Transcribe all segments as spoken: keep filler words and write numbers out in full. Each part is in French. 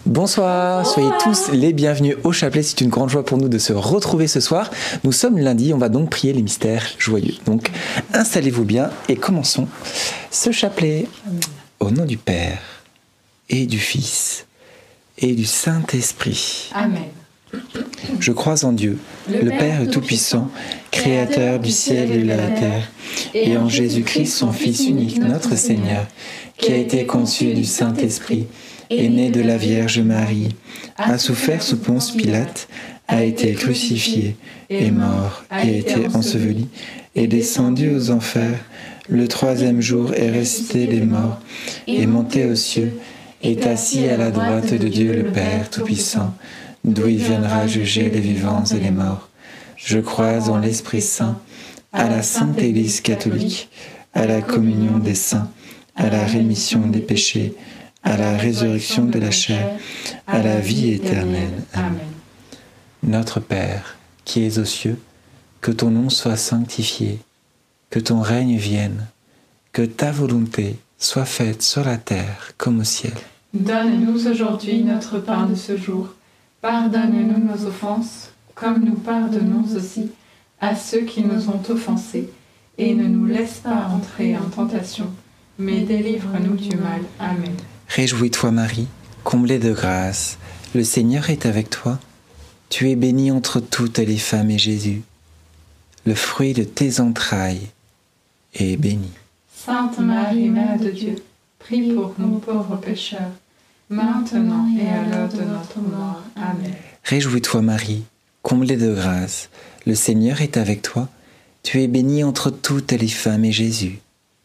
Bonsoir, soyez tous les bienvenus au chapelet. C'est une grande joie pour nous de se retrouver ce soir. Nous sommes lundi, on va donc prier les mystères joyeux. Donc installez-vous bien et commençons ce chapelet. Au nom du Père et du Fils et du Saint-Esprit. Amen. Je crois en Dieu, le, le Père Tout-Puissant, Créateur du ciel et de la terre, et en Jésus-Christ, son Fils unique, notre Seigneur, qui a été conçu du Saint-Esprit, est né de la Vierge Marie, a souffert sous Ponce Pilate, a été crucifié, est mort, a été enseveli, est descendu aux enfers, le troisième jour est resté des morts, est monté aux cieux, est assis à la droite de Dieu le Père Tout-Puissant, d'où il viendra juger les vivants et les morts. Je crois en l'Esprit Saint, à la Sainte Église catholique, à la communion des saints, à la rémission des péchés, à la résurrection de la chair, à la vie éternelle. Amen. Notre Père, qui es aux cieux, que ton nom soit sanctifié, que ton règne vienne, que ta volonté soit faite sur la terre comme au ciel. Donne-nous aujourd'hui notre pain de ce jour. Pardonne-nous nos offenses, comme nous pardonnons aussi à ceux qui nous ont offensés. Et ne nous laisse pas entrer en tentation, mais délivre-nous du mal. Amen. Réjouis-toi Marie, comblée de grâce, le Seigneur est avec toi. Tu es bénie entre toutes les femmes et Jésus, le fruit de tes entrailles, est béni. Sainte Marie, Mère de Dieu, prie pour nous pauvres pécheurs, maintenant et à l'heure de notre mort. Amen. Réjouis-toi Marie, comblée de grâce, le Seigneur est avec toi. Tu es bénie entre toutes les femmes et Jésus,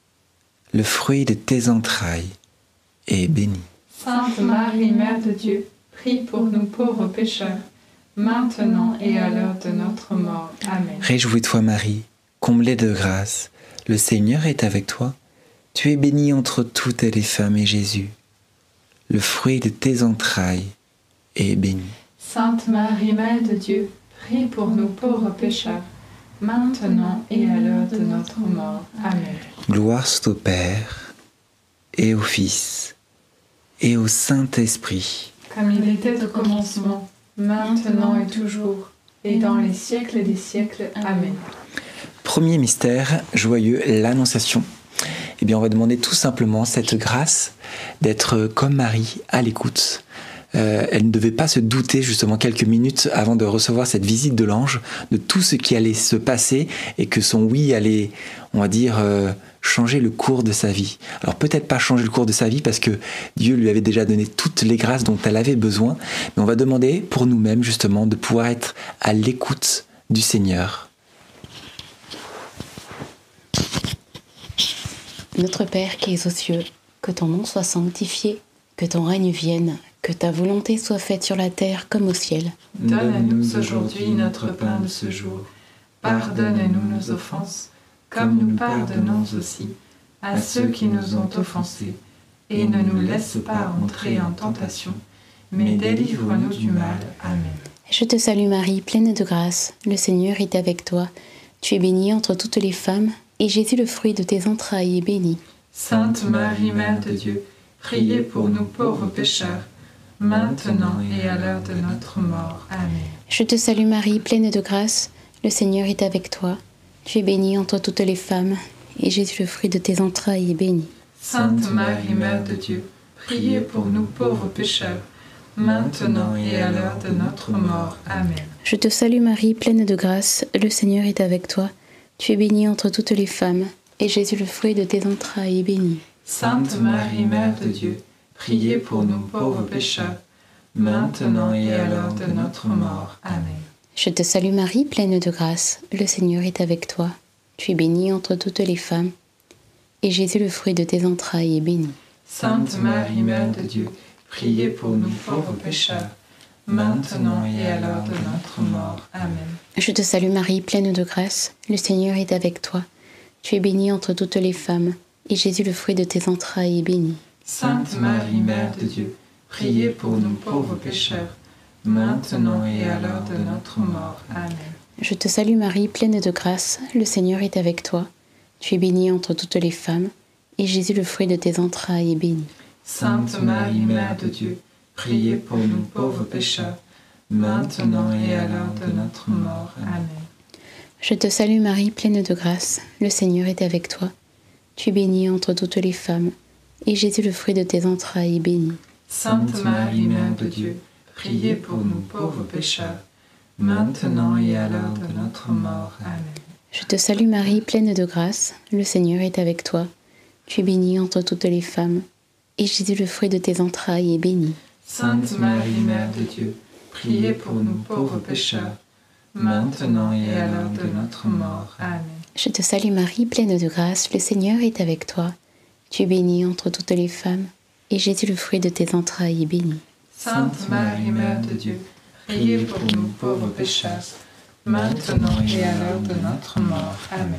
le fruit de tes entrailles, est béni. Sainte Marie, Mère de Dieu, prie pour nous pauvres pécheurs, maintenant et à l'heure de notre mort. Amen. Réjouis-toi Marie, comblée de grâce, le Seigneur est avec toi. Tu es bénie entre toutes les femmes et Jésus, le fruit de tes entrailles, est béni. Sainte Marie, Mère de Dieu, prie pour nous pauvres pécheurs, maintenant et à l'heure de notre mort. Amen. Gloire soit au Père, et au Fils, et au Saint-Esprit. Comme il était au commencement, maintenant et toujours, et dans les siècles des siècles. Amen. Premier mystère joyeux, l'Annonciation. Eh bien, on va demander tout simplement cette grâce d'être comme Marie, à l'écoute. Euh, elle ne devait pas se douter justement quelques minutes avant de recevoir cette visite de l'ange, de tout ce qui allait se passer et que son oui allait, on va dire, euh, changer le cours de sa vie. Alors peut-être pas changer le cours de sa vie parce que Dieu lui avait déjà donné toutes les grâces dont elle avait besoin, mais on va demander pour nous-mêmes justement de pouvoir être à l'écoute du Seigneur. Notre Père qui es aux cieux, que ton nom soit sanctifié, que ton règne vienne, que ta volonté soit faite sur la terre comme au ciel. Donne-nous aujourd'hui notre pain de ce jour. Pardonne-nous nos offenses, comme nous pardonnons aussi à ceux qui nous ont offensés. Et ne nous laisse pas entrer en tentation, mais délivre-nous du mal. Amen. Je te salue Marie, pleine de grâce, le Seigneur est avec toi. Tu es bénie entre toutes les femmes, et Jésus, le fruit de tes entrailles, est béni. Sainte Marie, Mère de Dieu, priez pour nous pauvres pécheurs, maintenant et à l'heure de notre mort. Amen. Je te salue Marie, pleine de grâce, le Seigneur est avec toi. Tu es bénie entre toutes les femmes, et Jésus, le fruit de tes entrailles, est béni. Sainte Marie, Mère de Dieu, priez pour nous pauvres pécheurs, maintenant et à l'heure de notre mort. Amen. Je te salue Marie, pleine de grâce, le Seigneur est avec toi. Tu es bénie entre toutes les femmes, et Jésus, le fruit de tes entrailles, est béni. Sainte Marie, Mère de Dieu, priez pour nous pauvres pécheurs, maintenant et à l'heure de notre mort. Amen. Je te salue Marie, pleine de grâce, le Seigneur est avec toi. Tu es bénie entre toutes les femmes, et Jésus, le fruit de tes entrailles, est béni. Sainte Marie, Mère de Dieu, priez pour nous pauvres pécheurs, maintenant et à l'heure de notre mort. Amen. Je te salue Marie, pleine de grâce, le Seigneur est avec toi. Tu es bénie entre toutes les femmes, et Jésus, le fruit de tes entrailles, est béni. Sainte Marie, Mère de Dieu, priez pour nous pauvres pécheurs, maintenant et à l'heure de notre mort. Amen. Je te salue Marie, pleine de grâce, le Seigneur est avec toi. Tu es bénie entre toutes les femmes, et Jésus, le fruit de tes entrailles, est béni. Sainte Marie, Mère de Dieu, priez pour nous pauvres pécheurs, maintenant et à l'heure de notre mort. Amen. Je te salue Marie, pleine de grâce, le Seigneur est avec toi. Tu es bénie entre toutes les femmes, et Jésus, le fruit de tes entrailles, est béni. Sainte Marie, Mère de Dieu, priez pour nous pauvres pécheurs, maintenant et à l'heure de notre mort. Amen. Je te salue Marie, pleine de grâce, le Seigneur est avec toi. Tu es bénie entre toutes les femmes, et Jésus, le fruit de tes entrailles, est béni. Sainte Marie, Mère de Dieu, priez pour nous pauvres pécheurs, maintenant et à l'heure de notre mort. Amen. Je te salue Marie, pleine de grâce, le Seigneur est avec toi. Tu es bénie entre toutes les femmes, et Jésus, le fruit de tes entrailles, est béni. Sainte Marie, Mère de Dieu, priez pour nous pauvres pécheurs, maintenant et à l'heure de notre mort. Amen.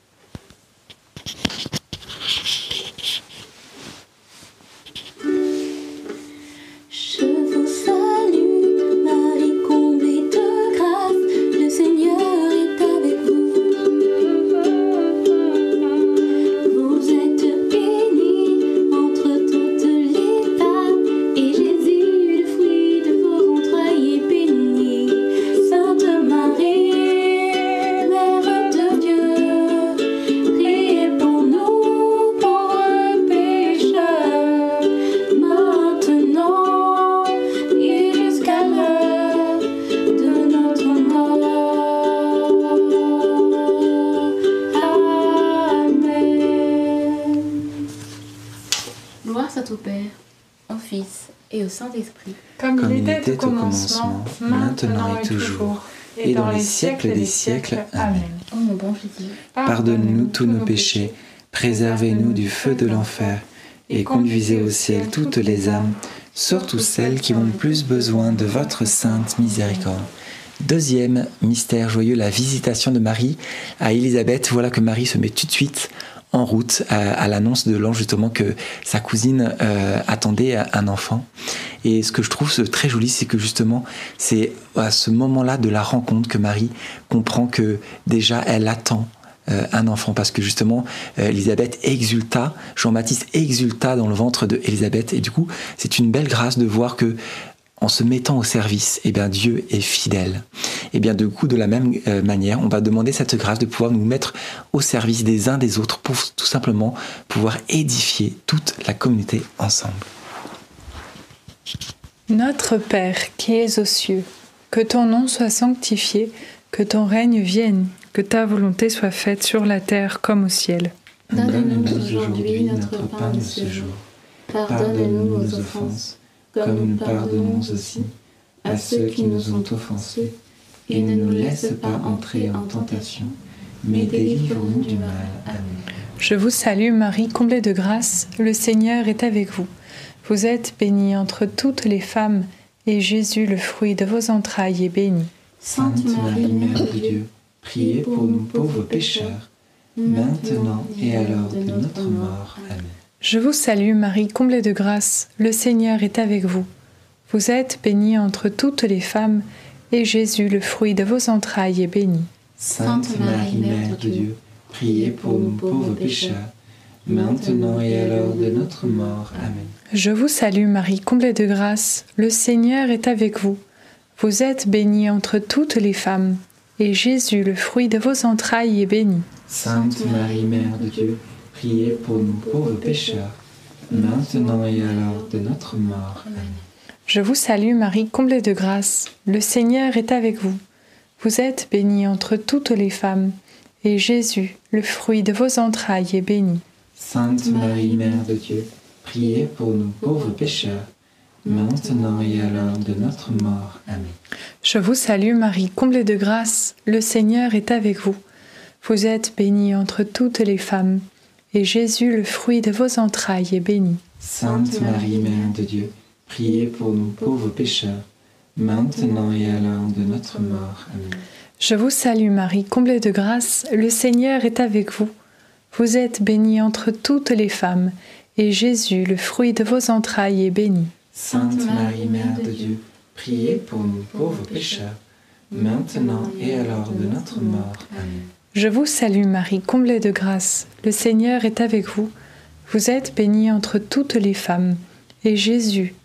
Je vous salue, Marie comblée de grâce, le Seigneur est avec vous. Vous êtes bénie entre toutes les femmes, et Jésus, le fruit de vos entrailles, est béni. Sainte Marie, Mère de Dieu, priez pour nous pauvres pécheurs, maintenant et jusqu'à l'heure de notre mort. Amen. Gloire soit au Père, au Fils et au Saint-Esprit. Comme, Comme il était au commencement, maintenant et toujours, et dans les siècles des siècles. Amen. Ô mon bon Jésus, Pardonne-nous tous nos péchés, préservez-nous du feu de l'enfer, et conduisez au ciel toutes les âmes, surtout celles qui ont le plus besoin de votre sainte miséricorde. Deuxième mystère joyeux, la visitation de Marie à Élisabeth. Voilà que Marie se met tout de suite en route à, à l'annonce de l'ange justement que sa cousine euh, attendait un enfant. Et ce que je trouve très joli, c'est que justement c'est à ce moment-là de la rencontre que Marie comprend que déjà elle attend euh, un enfant, parce que justement euh, Élisabeth exulta, Jean-Baptiste exulta dans le ventre de Élisabeth, et du coup c'est une belle grâce de voir que en se mettant au service, eh bien Dieu est fidèle. Et bien du coup, de la même euh, manière, on va demander cette grâce de pouvoir nous mettre au service des uns des autres pour tout simplement pouvoir édifier toute la communauté ensemble. Notre Père qui es aux cieux, que ton nom soit sanctifié, que ton règne vienne, que ta volonté soit faite sur la terre comme au ciel. Donne-nous aujourd'hui notre pain de ce jour. Pardonne-nous nos offenses, comme nous pardonnons aussi à ceux qui nous ont offensés, et ne nous laisse pas entrer en tentation, mais délivre-nous du mal. Amen. Je vous salue Marie, comblée de grâce, le Seigneur est avec vous. Vous êtes bénie entre toutes les femmes, et Jésus, le fruit de vos entrailles, est béni. Sainte Marie, Mère de Dieu, priez pour nous pauvres pécheurs, maintenant et à l'heure de notre mort. Amen. Je vous salue Marie, comblée de grâce, le Seigneur est avec vous. Vous êtes bénie entre toutes les femmes, et Jésus, le fruit de vos entrailles, est béni. Sainte Marie, Mère de Dieu, priez pour nous pauvres pécheurs, maintenant et à l'heure de notre mort. Amen. Je vous salue Marie, comblée de grâce, le Seigneur est avec vous. Vous êtes bénie entre toutes les femmes, et Jésus, le fruit de vos entrailles, est béni. Sainte Marie, Mère de Dieu, priez pour nous pauvres pécheurs, maintenant et à l'heure de notre mort. Amen. Je vous salue Marie, comblée de grâce, le Seigneur est avec vous. Vous êtes bénie entre toutes les femmes, et Jésus, le fruit de vos entrailles, est béni. Sainte Marie, Mère de Dieu, priez pour nous pauvres pécheurs, maintenant et à l'heure de notre mort. Amen. Je vous salue Marie, comblée de grâce, le Seigneur est avec vous. Vous êtes bénie entre toutes les femmes, et Jésus, le fruit de vos entrailles, est béni. Sainte Marie, Mère de Dieu, priez pour nous pauvres pécheurs, maintenant et à l'heure de notre mort. Amen. Je vous salue Marie, comblée de grâce, le Seigneur est avec vous. Vous êtes bénie entre toutes les femmes, et Jésus, le fruit de vos entrailles, est béni. Sainte Marie, Mère de Dieu, priez pour nous pauvres pécheurs, maintenant et à l'heure de notre mort. Amen. Je vous salue Marie, comblée de grâce, le Seigneur est avec vous. Vous êtes bénie entre toutes les femmes, et Jésus,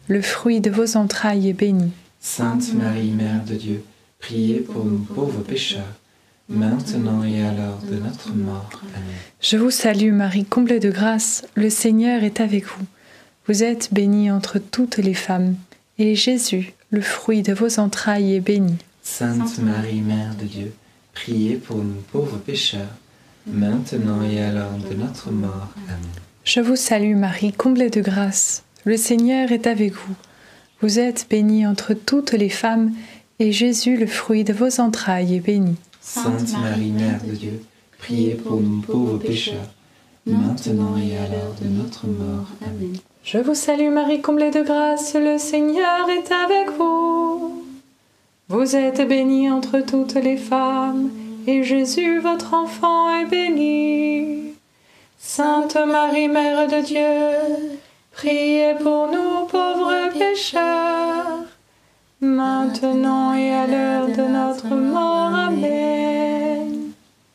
le fruit de vos entrailles est béni. Sainte Marie, Mère de Dieu, priez pour nous pauvres pécheurs, maintenant et à l'heure de notre mort. Amen. Je vous salue Marie, comblée de grâce, le Seigneur est avec vous. Vous êtes bénie entre toutes les femmes, et Jésus, le fruit de vos entrailles, est béni. Sainte Marie, Mère de Dieu, priez pour nous pauvres pécheurs, maintenant et à l'heure de notre mort. Amen. Je vous salue Marie, comblée de grâce, le Seigneur est avec vous. Vous êtes bénie entre toutes les femmes, et Jésus, le fruit de vos entrailles, est béni. Sainte Marie, Mère de Dieu, priez pour nous pauvres pécheurs, maintenant et à l'heure de notre mort. Amen. Je vous salue Marie, comblée de grâce, le Seigneur est avec vous. Vous êtes bénie entre toutes les femmes, et Jésus, votre enfant, est béni. Sainte Marie, Mère de Dieu, priez pour nous pauvres pécheurs, maintenant et à l'heure de notre mort. Amen.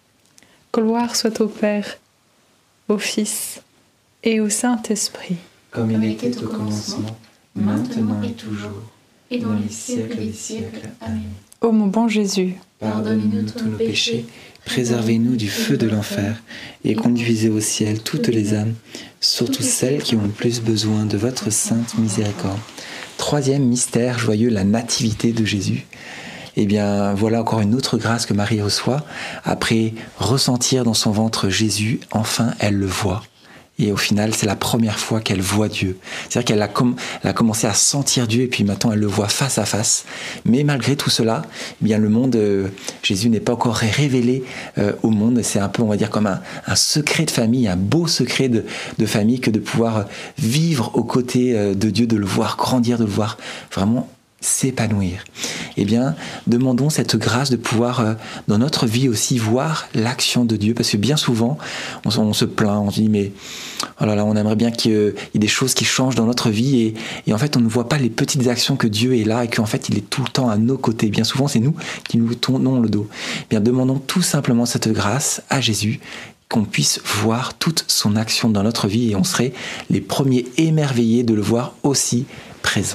Gloire soit au Père, au Fils et au Saint-Esprit. Comme il était au commencement, maintenant et toujours, et dans les siècles des siècles. Amen. Ô mon bon Jésus, pardonnez-nous tous nos péchés, préservez-nous du feu de l'enfer, et conduisez au ciel toutes les âmes, surtout celles qui ont le plus besoin de votre sainte miséricorde. Troisième mystère joyeux, la nativité de Jésus. Eh bien, voilà encore une autre grâce que Marie reçoit. Après ressentir dans son ventre Jésus, enfin elle le voit. Et au final, c'est la première fois qu'elle voit Dieu. C'est-à-dire qu'elle a, com- elle a commencé à sentir Dieu et puis maintenant elle le voit face à face. Mais malgré tout cela, eh bien le monde, euh, Jésus n'est pas encore révélé euh, au monde. C'est un peu, on va dire, comme un, un secret de famille, un beau secret de, de famille que de pouvoir vivre aux côtés euh, de Dieu, de le voir grandir, de le voir vraiment s'épanouir. Eh bien, demandons cette grâce de pouvoir, euh, dans notre vie aussi, voir l'action de Dieu, parce que bien souvent, on, on se plaint, on se dit, mais oh là là, on aimerait bien qu'il y ait des choses qui changent dans notre vie, et, et en fait, on ne voit pas les petites actions que Dieu est là, et qu'en fait, il est tout le temps à nos côtés. Bien souvent, c'est nous qui nous tournons le dos. Eh bien, demandons tout simplement cette grâce à Jésus, qu'on puisse voir toute son action dans notre vie, et on serait les premiers émerveillés de le voir aussi présent.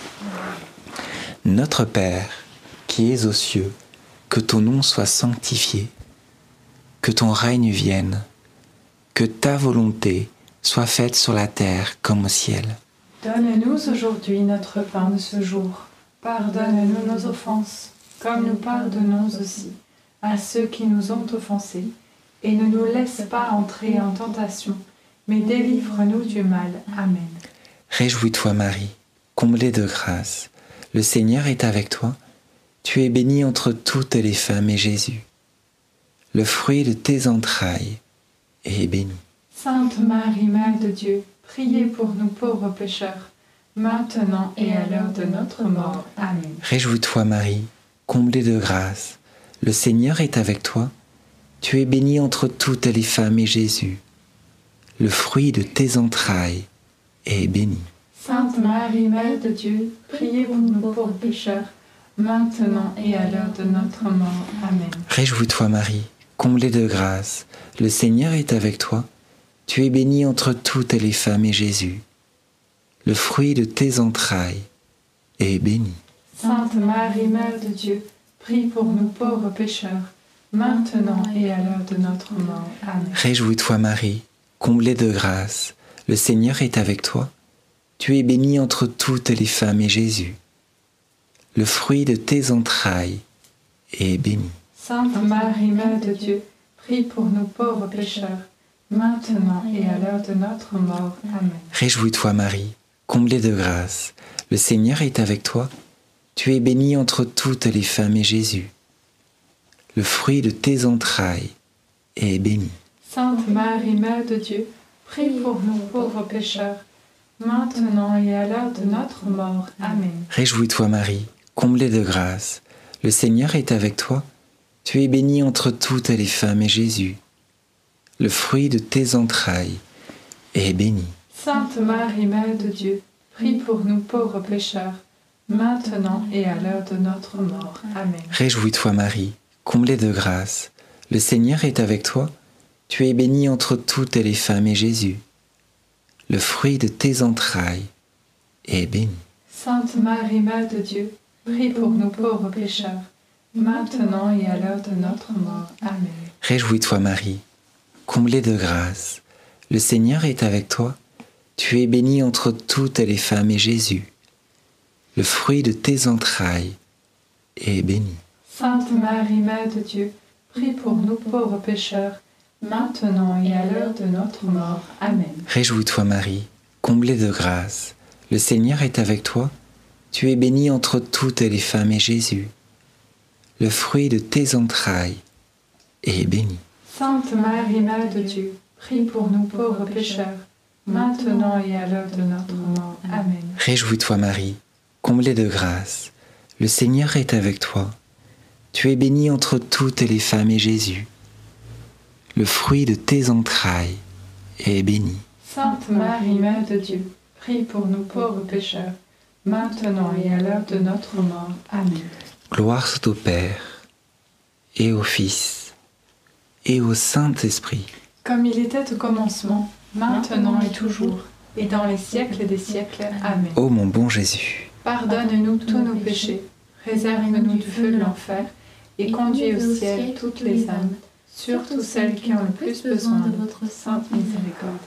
Notre Père, qui es aux cieux, que ton nom soit sanctifié, que ton règne vienne, que ta volonté soit faite sur la terre comme au ciel. Donne-nous aujourd'hui notre pain de ce jour. Pardonne-nous nos offenses, comme nous pardonnons aussi à ceux qui nous ont offensés. Et ne nous laisse pas entrer en tentation, mais délivre-nous du mal. Amen. Réjouis-toi Marie, comblée de grâce. Le Seigneur est avec toi, tu es bénie entre toutes les femmes et Jésus, le fruit de tes entrailles, est béni. Sainte Marie, Mère de Dieu, priez pour nous pauvres pécheurs, maintenant et à l'heure de notre mort. Amen. Réjouis-toi Marie, comblée de grâce, le Seigneur est avec toi, tu es bénie entre toutes les femmes et Jésus, le fruit de tes entrailles, est béni. Sainte Marie, Mère de Dieu, priez pour nous pauvres pécheurs, maintenant et à l'heure de notre mort. Amen. Réjouis-toi Marie, comblée de grâce, le Seigneur est avec toi, tu es bénie entre toutes les femmes et Jésus, le fruit de tes entrailles, est béni. Sainte Marie, Mère de Dieu, prie pour nous pauvres pécheurs, maintenant et à l'heure de notre mort. Amen. Réjouis-toi Marie, comblée de grâce, le Seigneur est avec toi, tu es bénie entre toutes les femmes et Jésus, le fruit de tes entrailles, est béni. Sainte Marie, Mère de Dieu, prie pour nous pauvres pécheurs, maintenant et à l'heure de notre mort. Amen. Réjouis-toi Marie, comblée de grâce, le Seigneur est avec toi, tu es bénie entre toutes les femmes et Jésus, le fruit de tes entrailles, est béni. Sainte Marie, Mère de Dieu, prie pour nous pauvres pécheurs, maintenant et à l'heure de notre mort. Amen. Réjouis-toi Marie, comblée de grâce, le Seigneur est avec toi, tu es bénie entre toutes les femmes et Jésus, le fruit de tes entrailles, est béni. Sainte Marie, Mère de Dieu, prie pour nous pauvres pécheurs, maintenant et à l'heure de notre mort. Amen. Réjouis-toi Marie, comblée de grâce, le Seigneur est avec toi, tu es bénie entre toutes les femmes et Jésus, le fruit de tes entrailles, est bénie. Sainte Marie, Mère de Dieu, prie pour nous pauvres pécheurs, maintenant et à l'heure de notre mort. Amen. Réjouis-toi Marie, comblée de grâce, le Seigneur est avec toi. Tu es bénie entre toutes les femmes et Jésus, le fruit de tes entrailles, est béni. Sainte Marie, Mère de Dieu, prie pour nous pauvres pécheurs, maintenant et à l'heure de notre mort. Amen. Réjouis-toi Marie, comblée de grâce, le Seigneur est avec toi. Tu es bénie entre toutes les femmes et Jésus, le fruit de tes entrailles, est béni. Sainte Marie, Mère de Dieu, prie pour nous pauvres pécheurs, maintenant et à l'heure de notre mort. Amen. Réjouis-toi Marie, comblée de grâce, le Seigneur est avec toi. Tu es bénie entre toutes les femmes et Jésus, le fruit de tes entrailles, est béni. Sainte Marie, Mère de Dieu, prie pour nous pauvres pécheurs, maintenant et à l'heure de notre mort. Amen. Gloire soit au Père, et au Fils, et au Saint-Esprit. Comme il était au commencement, maintenant et toujours, et dans les siècles des siècles. Amen. Ô mon bon Jésus, pardonne-nous tous nos péchés, réserve-nous du feu de l'enfer, et conduis au ciel toutes les âmes, surtout celles qui ont le plus besoin de votre sainte miséricorde.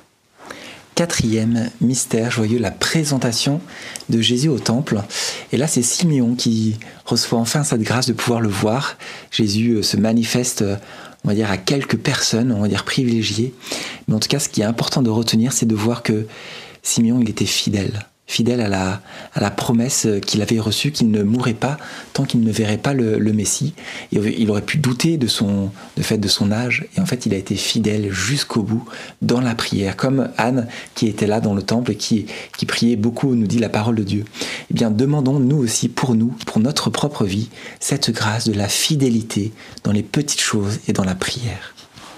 Quatrième mystère joyeux, la présentation de Jésus au temple. Et là, c'est Simeon qui reçoit enfin cette grâce de pouvoir le voir. Jésus se manifeste, on va dire, à quelques personnes, on va dire privilégiées. Mais en tout cas, ce qui est important de retenir, c'est de voir que Simeon, il était fidèle. Fidèle à la, à la promesse qu'il avait reçue, qu'il ne mourrait pas tant qu'il ne verrait pas le, le Messie. Et il aurait pu douter de son, de fait de son âge, et en fait il a été fidèle jusqu'au bout dans la prière, comme Anne qui était là dans le temple et qui, qui priait beaucoup, nous dit la parole de Dieu. Eh bien, demandons nous aussi pour nous, pour notre propre vie, cette grâce de la fidélité dans les petites choses et dans la prière.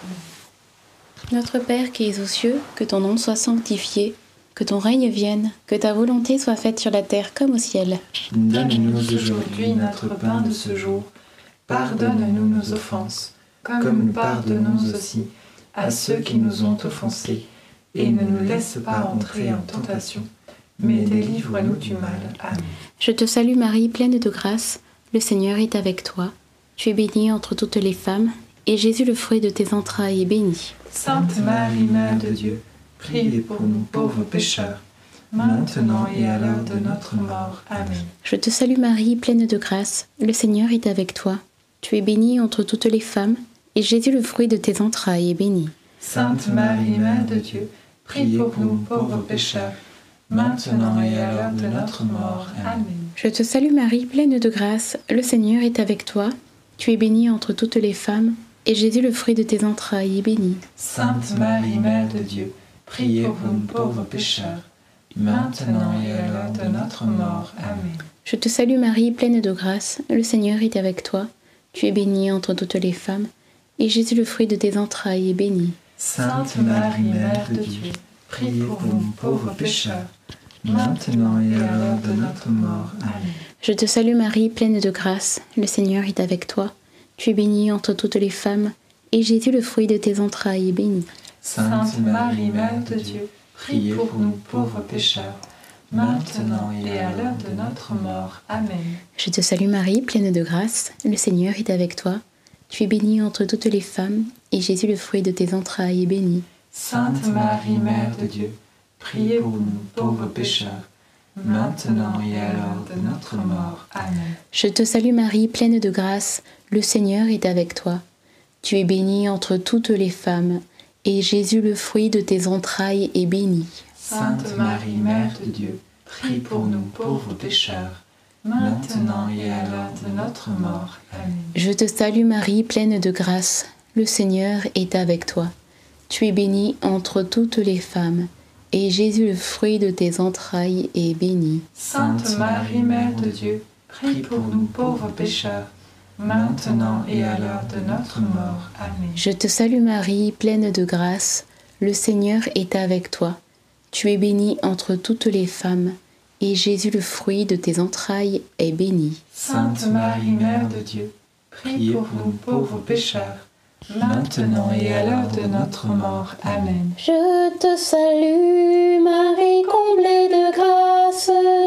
Notre Père qui es aux cieux, que ton nom soit sanctifié. Que ton règne vienne, que ta volonté soit faite sur la terre comme au ciel. Donne-nous aujourd'hui notre pain de ce jour. Pardonne-nous nos offenses, comme nous pardonnons aussi à ceux qui nous ont offensés. Et ne nous laisse pas entrer en tentation, mais délivre-nous du mal. Amen. Je te salue Marie, pleine de grâce, le Seigneur est avec toi. Tu es bénie entre toutes les femmes, et Jésus, le fruit de tes entrailles, est béni. Sainte Marie, Mère de Dieu, priez pour nous pauvres pécheurs, maintenant et à l'heure de notre mort. Amen. Je te salue Marie, pleine de grâce, le Seigneur est avec toi. Tu es bénie entre toutes les femmes, et Jésus, le fruit de tes entrailles, est béni. Sainte Marie, Mère de Dieu, priez pour nous pauvres pécheurs, maintenant et à l'heure de notre mort. Amen. Je te salue Marie, pleine de grâce, le Seigneur est avec toi. Tu es bénie entre toutes les femmes, et Jésus, le fruit de tes entrailles, est béni. Sainte Marie, Mère de Dieu, priez pour nous pauvres pécheurs, maintenant et à l'heure de notre mort. Amen. Je te salue Marie, pleine de grâce, le Seigneur est avec toi. Tu es bénie entre toutes les femmes, et Jésus, le fruit de tes entrailles, est béni. Sainte Marie, Mère de Dieu, priez pour nous pauvres pécheurs, maintenant et à l'heure de notre mort. Amen. Je te salue Marie, pleine de grâce, le Seigneur est avec toi. Tu es bénie entre toutes les femmes, et Jésus, le fruit de tes entrailles, est béni. Sainte Marie, Mère de Dieu, priez pour nous pauvres pécheurs, maintenant et à l'heure de notre mort. Amen. Je te salue Marie, pleine de grâce, le Seigneur est avec toi. Tu es bénie entre toutes les femmes, et Jésus, le fruit de tes entrailles, est béni. Sainte Marie, Mère de Dieu, priez pour nous pauvres pécheurs, maintenant et à l'heure de notre mort. Amen. Je te salue Marie, pleine de grâce, le Seigneur est avec toi. Tu es bénie entre toutes les femmes, et Jésus, le fruit de tes entrailles, est béni. Sainte Marie, Mère de Dieu, prie pour nous pauvres pécheurs, maintenant et à l'heure de notre mort. Amen. Je te salue Marie, pleine de grâce, le Seigneur est avec toi. Tu es bénie entre toutes les femmes, et Jésus, le fruit de tes entrailles, est béni. Sainte Marie, Mère de Dieu, prie pour nous pauvres pécheurs, maintenant et à l'heure de notre mort. Amen. Je te salue Marie, pleine de grâce, le Seigneur est avec toi. Tu es bénie entre toutes les femmes, et Jésus, le fruit de tes entrailles, est béni. Sainte Marie, Mère de Dieu, prie pour nous pauvres pécheurs, maintenant et à l'heure de notre mort. Amen. Je te salue Marie, comblée de grâce,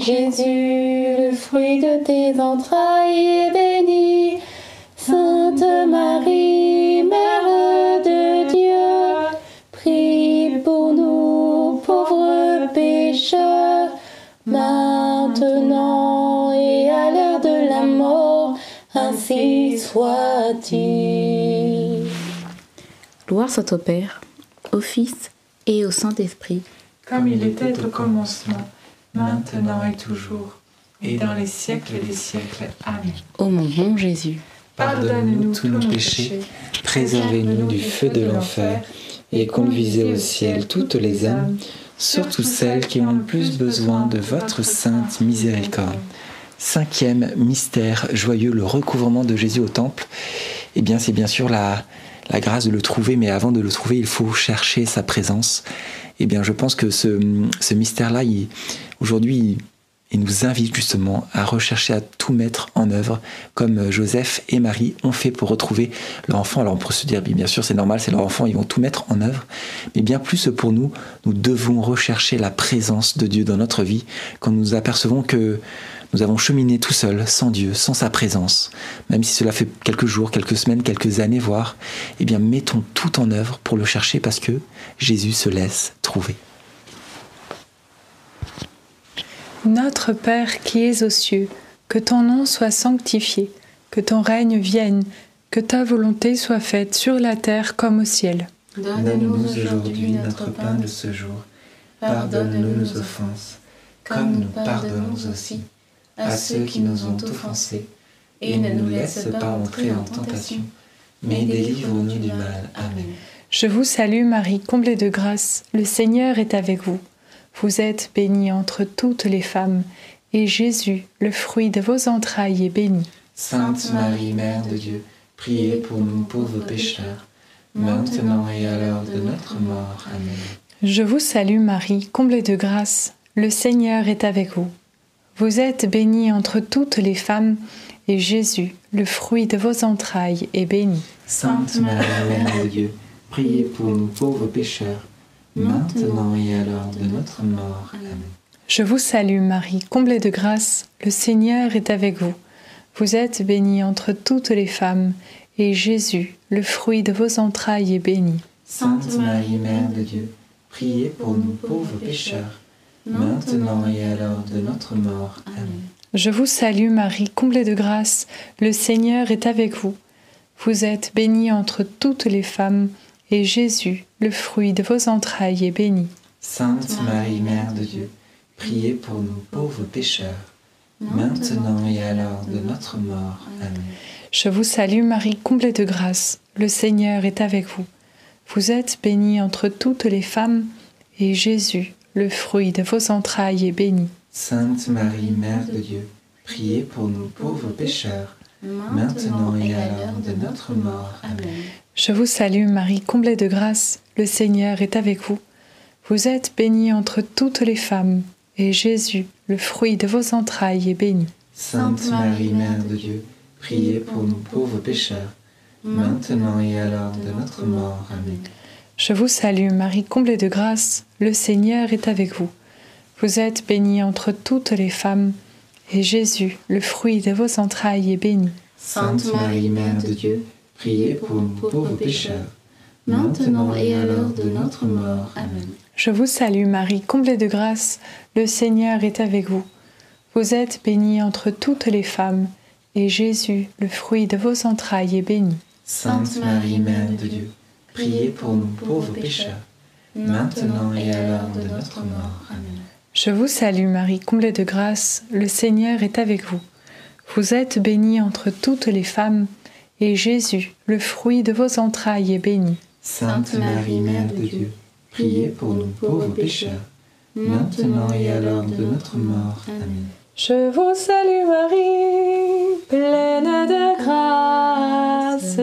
Jésus, le fruit de tes entrailles, est béni. Sainte Marie, Mère de Dieu, prie pour nous pauvres pécheurs, maintenant et à l'heure de la mort, ainsi soit-il. Gloire soit au Père, au Fils et au Saint-Esprit, comme il était au commencement, maintenant et toujours, et dans les siècles des siècles. Amen. Ô mon bon Jésus, pardonne-nous tous nos péchés, préservez-nous du feu de l'enfer, et conduisez au ciel toutes les âmes, surtout celles qui ont le plus besoin de votre sainte miséricorde. Cinquième mystère joyeux, le recouvrement de Jésus au temple. Eh bien, c'est bien sûr la, la grâce de le trouver, mais avant de le trouver, il faut chercher sa présence. Eh bien, je pense que ce, ce mystère-là, il, aujourd'hui, il nous invite justement à rechercher, à tout mettre en œuvre, comme Joseph et Marie ont fait pour retrouver leur enfant. Alors on peut se dire, bien sûr, c'est normal, c'est leur enfant, ils vont tout mettre en œuvre. Mais bien plus pour nous, nous devons rechercher la présence de Dieu dans notre vie quand nous apercevons que nous avons cheminé tout seuls, sans Dieu, sans sa présence. Même si cela fait quelques jours, quelques semaines, quelques années, voire, eh bien, mettons tout en œuvre pour le chercher parce que Jésus se laisse trouver. Notre Père qui es aux cieux, que ton nom soit sanctifié, que ton règne vienne, que ta volonté soit faite sur la terre comme au ciel. Donne-nous aujourd'hui notre pain de ce jour. Pardonne-nous nos offenses, comme nous pardonnons aussi à ceux qui nous ont offensés, et ne nous laisse pas entrer en tentation, mais délivre-nous du mal. Amen. Je vous salue Marie, comblée de grâce, le Seigneur est avec vous. Vous êtes bénie entre toutes les femmes, et Jésus, le fruit de vos entrailles, est béni. Sainte Marie, Mère de Dieu, priez pour nous pauvres pécheurs, maintenant et à l'heure de notre mort. Amen. Je vous salue Marie, comblée de grâce, le Seigneur est avec vous. Vous êtes bénie entre toutes les femmes, et Jésus, le fruit de vos entrailles, est béni. Sainte Marie, Mère de Dieu, priez pour nous pauvres pécheurs, maintenant et à l'heure de notre mort. Amen. Je vous salue Marie, comblée de grâce, le Seigneur est avec vous. Vous êtes bénie entre toutes les femmes, et Jésus, le fruit de vos entrailles, est béni. Sainte Marie, Mère de Dieu, priez pour nous pauvres pécheurs, maintenant et à l'heure de notre mort. Amen. Je vous salue Marie, comblée de grâce, le Seigneur est avec vous. Vous êtes bénie entre toutes les femmes, et Jésus, le fruit de vos entrailles, est béni. Sainte Marie, Mère de Dieu, priez pour nous pauvres pécheurs, maintenant et à l'heure de notre mort. Amen. Je vous salue Marie, comblée de grâce, le Seigneur est avec vous. Vous êtes bénie entre toutes les femmes, et Jésus, le fruit de vos entrailles, est béni. Sainte Marie, Mère de Dieu, priez pour nous pauvres pécheurs, maintenant et à l'heure de notre mort. Amen. Je vous salue Marie, comblée de grâce, le Seigneur est avec vous. Vous êtes bénie entre toutes les femmes, et Jésus, le fruit de vos entrailles, est béni. Sainte Marie, Mère de Dieu, priez pour nous pauvres pécheurs, maintenant et à l'heure de notre mort. Amen. Je vous salue Marie, comblée de grâce, le Seigneur est avec vous. Vous êtes bénie entre toutes les femmes, et Jésus, le fruit de vos entrailles, est béni. Sainte Marie, Mère de Dieu, priez pour nous pauvres pécheurs, maintenant et à l'heure de notre mort. Amen. Je vous salue Marie, comblée de grâce, le Seigneur est avec vous. Vous êtes bénie entre toutes les femmes, et Jésus, le fruit de vos entrailles, est béni. Sainte Marie, Mère de Dieu, priez pour nous pauvres pécheurs, maintenant et à l'heure de notre mort. Amen. Je vous salue Marie, comblée de grâce, le Seigneur est avec vous. Vous êtes bénie entre toutes les femmes, et Jésus, le fruit de vos entrailles, est béni. Sainte Marie, Mère de Dieu, priez pour nous pauvres pécheurs, maintenant et à l'heure de notre mort. Amen. Je vous salue Marie, pleine de grâce,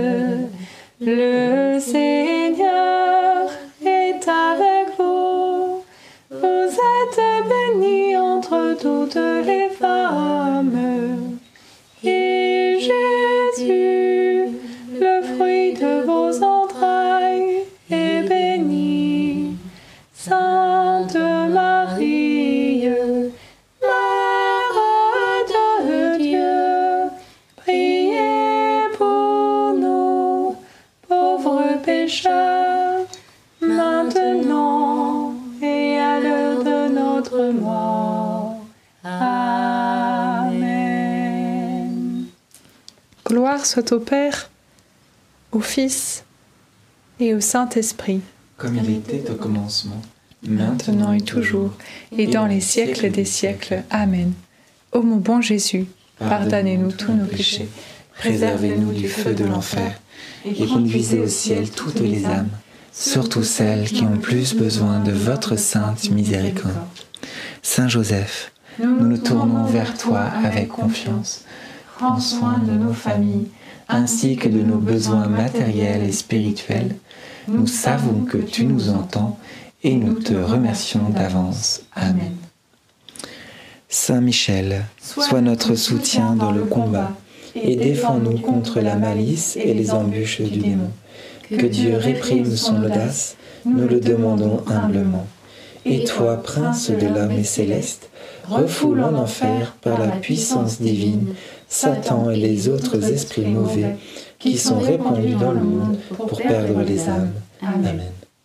le Seigneur est avec vous. Vous êtes bénie entre toutes les femmes, et Jésus, le fruit de vos entrailles, est béni. Sainte Marie, Mère Gloire soit au Père, au Fils et au Saint-Esprit, comme il était au commencement, maintenant et toujours, et dans les siècles des siècles. Amen. Ô mon bon Jésus, pardonnez-nous tous nos péchés, préservez-nous du feu de l'enfer, et conduisez au ciel toutes les âmes, surtout celles qui ont plus besoin de votre sainte miséricorde. Saint Joseph, nous nous tournons vers toi avec confiance. Prends soin de nos familles, ainsi que de nos besoins matériels et spirituels. Nous savons que tu nous entends et nous te remercions d'avance. Amen. Saint Michel, sois notre soutien dans le combat et défends-nous contre la malice et les embûches du démon. Que Dieu réprime son audace, nous le demandons humblement. Et toi, prince de l'armée céleste, refoule en enfer par la puissance divine Satan et les autres esprits mauvais qui sont répandus dans le monde pour perdre les âmes. Amen.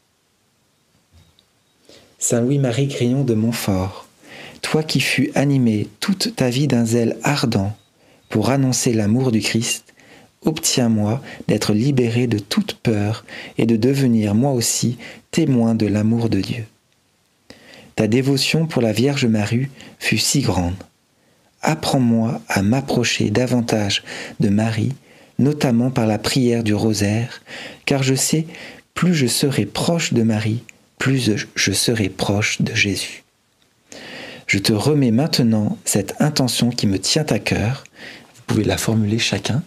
Saint Louis-Marie Grignon de Montfort, toi qui fus animé toute ta vie d'un zèle ardent pour annoncer l'amour du Christ, obtiens-moi d'être libéré de toute peur et de devenir moi aussi témoin de l'amour de Dieu. Ta dévotion pour la Vierge Marie fut si grande. Apprends-moi à m'approcher davantage de Marie, notamment par la prière du rosaire, car je sais, plus je serai proche de Marie, plus je serai proche de Jésus. Je te remets maintenant cette intention qui me tient à cœur. Vous pouvez la formuler chacun.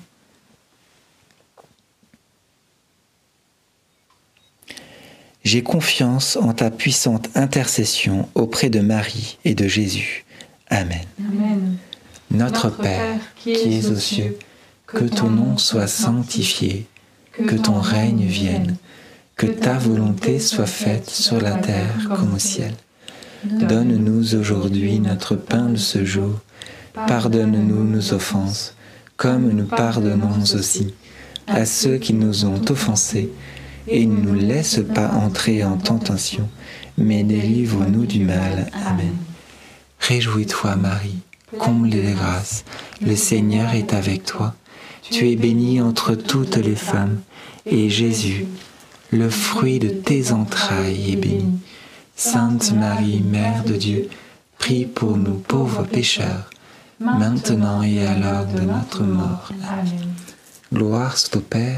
J'ai confiance en ta puissante intercession auprès de Marie et de Jésus. Amen. Amen. Notre Père, qui es aux cieux, que ton nom soit sanctifié, que ton règne vienne, que ta volonté soit faite sur la terre comme au ciel. Donne-nous aujourd'hui notre pain de ce jour. Pardonne-nous nos offenses, comme nous pardonnons aussi à ceux qui nous ont offensés. Et ne nous laisse pas entrer en tentation, mais délivre-nous du mal. Amen. Réjouis-toi, Marie, comblée de grâce, le Seigneur est avec toi. Tu es bénie entre toutes les femmes, et Jésus, le fruit de tes entrailles, est béni. Sainte Marie, Mère de Dieu, prie pour nous pauvres pécheurs, maintenant et à l'heure de notre mort. Amen. Gloire soit au Père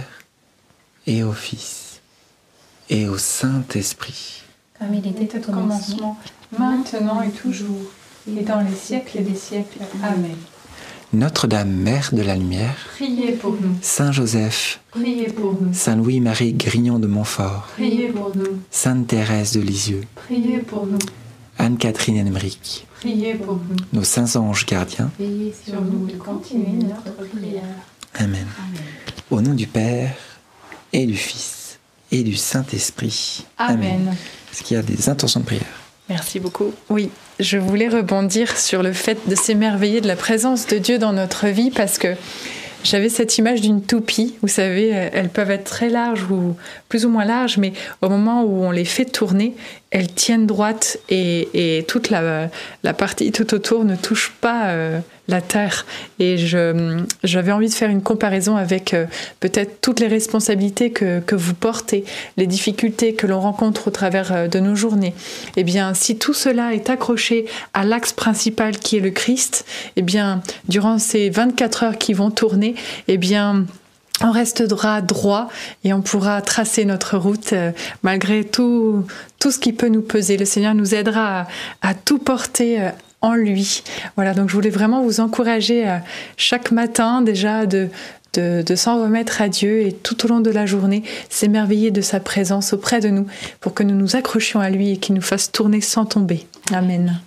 et au Fils et au Saint-Esprit. Comme il était au commencement, maintenant et toujours, et dans les siècles des siècles. Amen. Notre-Dame, Mère de la Lumière, priez pour nous. Saint Joseph, priez pour nous. Saint Louis-Marie Grignon de Montfort, priez pour nous. Sainte Thérèse de Lisieux, priez pour nous. Anne-Catherine Emmerich, priez pour nous. Nos saints anges gardiens, veillez sur nous et continuez notre prière. Amen. Amen. Au nom du Père et du Fils et du Saint-Esprit. Amen. Amen. Est-ce qu'il y a des intentions de prière? Merci beaucoup. Oui, je voulais rebondir sur le fait de s'émerveiller de la présence de Dieu dans notre vie parce que j'avais cette image d'une toupie. Vous savez, elles peuvent être très larges ou plus ou moins larges, mais au moment où on les fait tourner, elles tiennent droite et, et toute la, la partie tout autour ne touche pas euh, la terre. Et je, j'avais envie de faire une comparaison avec euh, peut-être toutes les responsabilités que, que vous portez, les difficultés que l'on rencontre au travers euh, de nos journées. Eh bien, si tout cela est accroché à l'axe principal qui est le Christ, eh bien, durant ces vingt-quatre heures qui vont tourner, eh bien, on restera droit et on pourra tracer notre route euh, malgré tout, tout ce qui peut nous peser. Le Seigneur nous aidera à, à tout porter euh, en lui. Voilà, donc je voulais vraiment vous encourager euh, chaque matin déjà de, de, de s'en remettre à Dieu et tout au long de la journée, s'émerveiller de sa présence auprès de nous pour que nous nous accrochions à lui et qu'il nous fasse tourner sans tomber. Amen.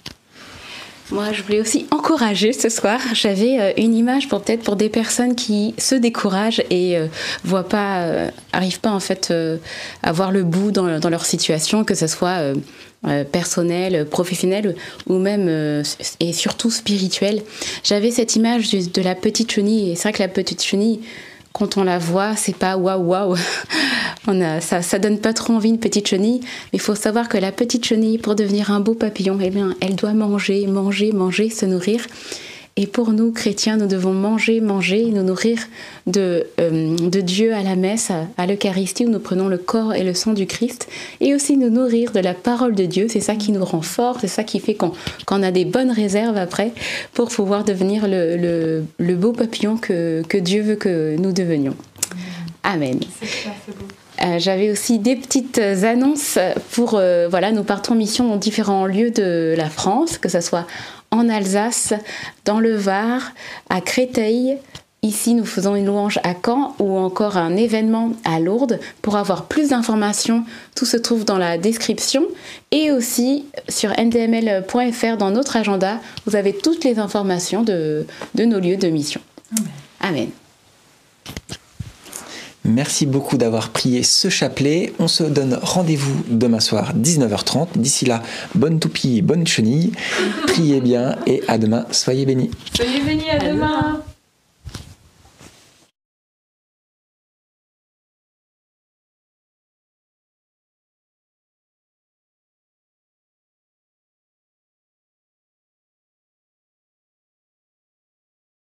Moi, je voulais aussi encourager ce soir. J'avais une image pour peut-être pour des personnes qui se découragent et euh, voient pas, euh, arrivent pas en fait euh, à voir le bout dans, dans leur situation, que ce soit euh, euh, personnel, professionnel ou même euh, et surtout spirituel. J'avais cette image de, de la petite chenille et c'est vrai que la petite chenille, quand on la voit, c'est pas waouh waouh. On a, ça, ça donne pas trop envie une petite chenille, mais il faut savoir que la petite chenille, pour devenir un beau papillon, eh bien, elle doit manger, manger, manger, se nourrir. Et pour nous, chrétiens, nous devons manger, manger et nous nourrir de, euh, de Dieu à la messe, à, à l'Eucharistie, où nous prenons le corps et le sang du Christ, et aussi nous nourrir de la parole de Dieu. C'est ça qui nous rend forts, c'est ça qui fait qu'on, qu'on a des bonnes réserves après pour pouvoir devenir le, le, le beau papillon que, que Dieu veut que nous devenions. Amen. C'est clair, c'est beau. Euh, j'avais aussi des petites annonces pour... Euh, voilà, nous partons en mission dans différents lieux de la France, que ce soit en Alsace, dans le Var, à Créteil. Ici, nous faisons une louange à Caen ou encore un événement à Lourdes. Pour avoir plus d'informations, tout se trouve dans la description. Et aussi sur n d m l point f r, dans notre agenda, vous avez toutes les informations de, de nos lieux de mission. Amen. Amen. Merci beaucoup d'avoir prié ce chapelet. On se donne rendez-vous demain soir, dix-neuf heures trente. D'ici là, bonne toupie, bonne chenille. Priez bien et à demain. Soyez bénis. Soyez bénis, à demain.